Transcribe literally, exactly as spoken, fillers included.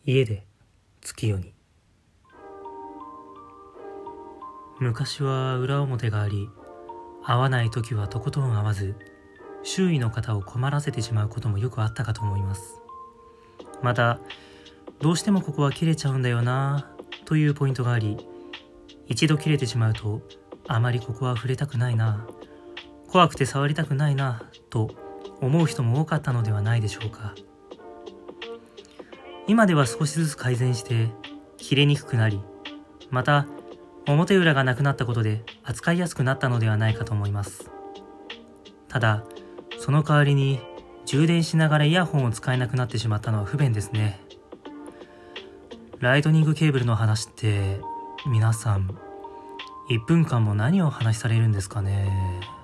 家で月夜に。昔は裏表があり、合わない時はとことん合わず、周囲の方を困らせてしまうこともよくあったかと思います。また、どうしてもここは切れちゃうんだよなというポイントがあり、一度切れてしまうと、あまりここは触れたくないな、怖くて触りたくないなと思う人も多かったのではないでしょうか。今では少しずつ改善して切れにくくなり、また表裏がなくなったことで扱いやすくなったのではないかと思います。ただ、その代わりに充電しながらイヤホンを使えなくなってしまったのは不便ですね。ライトニングケーブルの話って皆さんいっぷんかんも何を話されるんですかね。